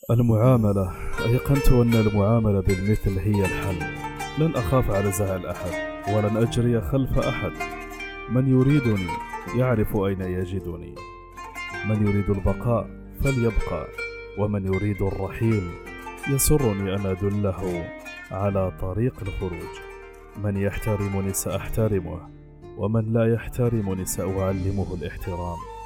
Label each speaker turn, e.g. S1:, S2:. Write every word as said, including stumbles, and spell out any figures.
S1: المعاملة. أيقنت أن المعاملة بالمثل هي الحل. لن أخاف على زعل أحد، ولن أجري خلف أحد. من يريدني يعرف أين يجدني. من يريد البقاء فليبقى، ومن يريد الرحيل يسرني أن أدله على طريق الخروج. من يحترمني سأحترمه، ومن لا يحترمني سأعلمه الاحترام.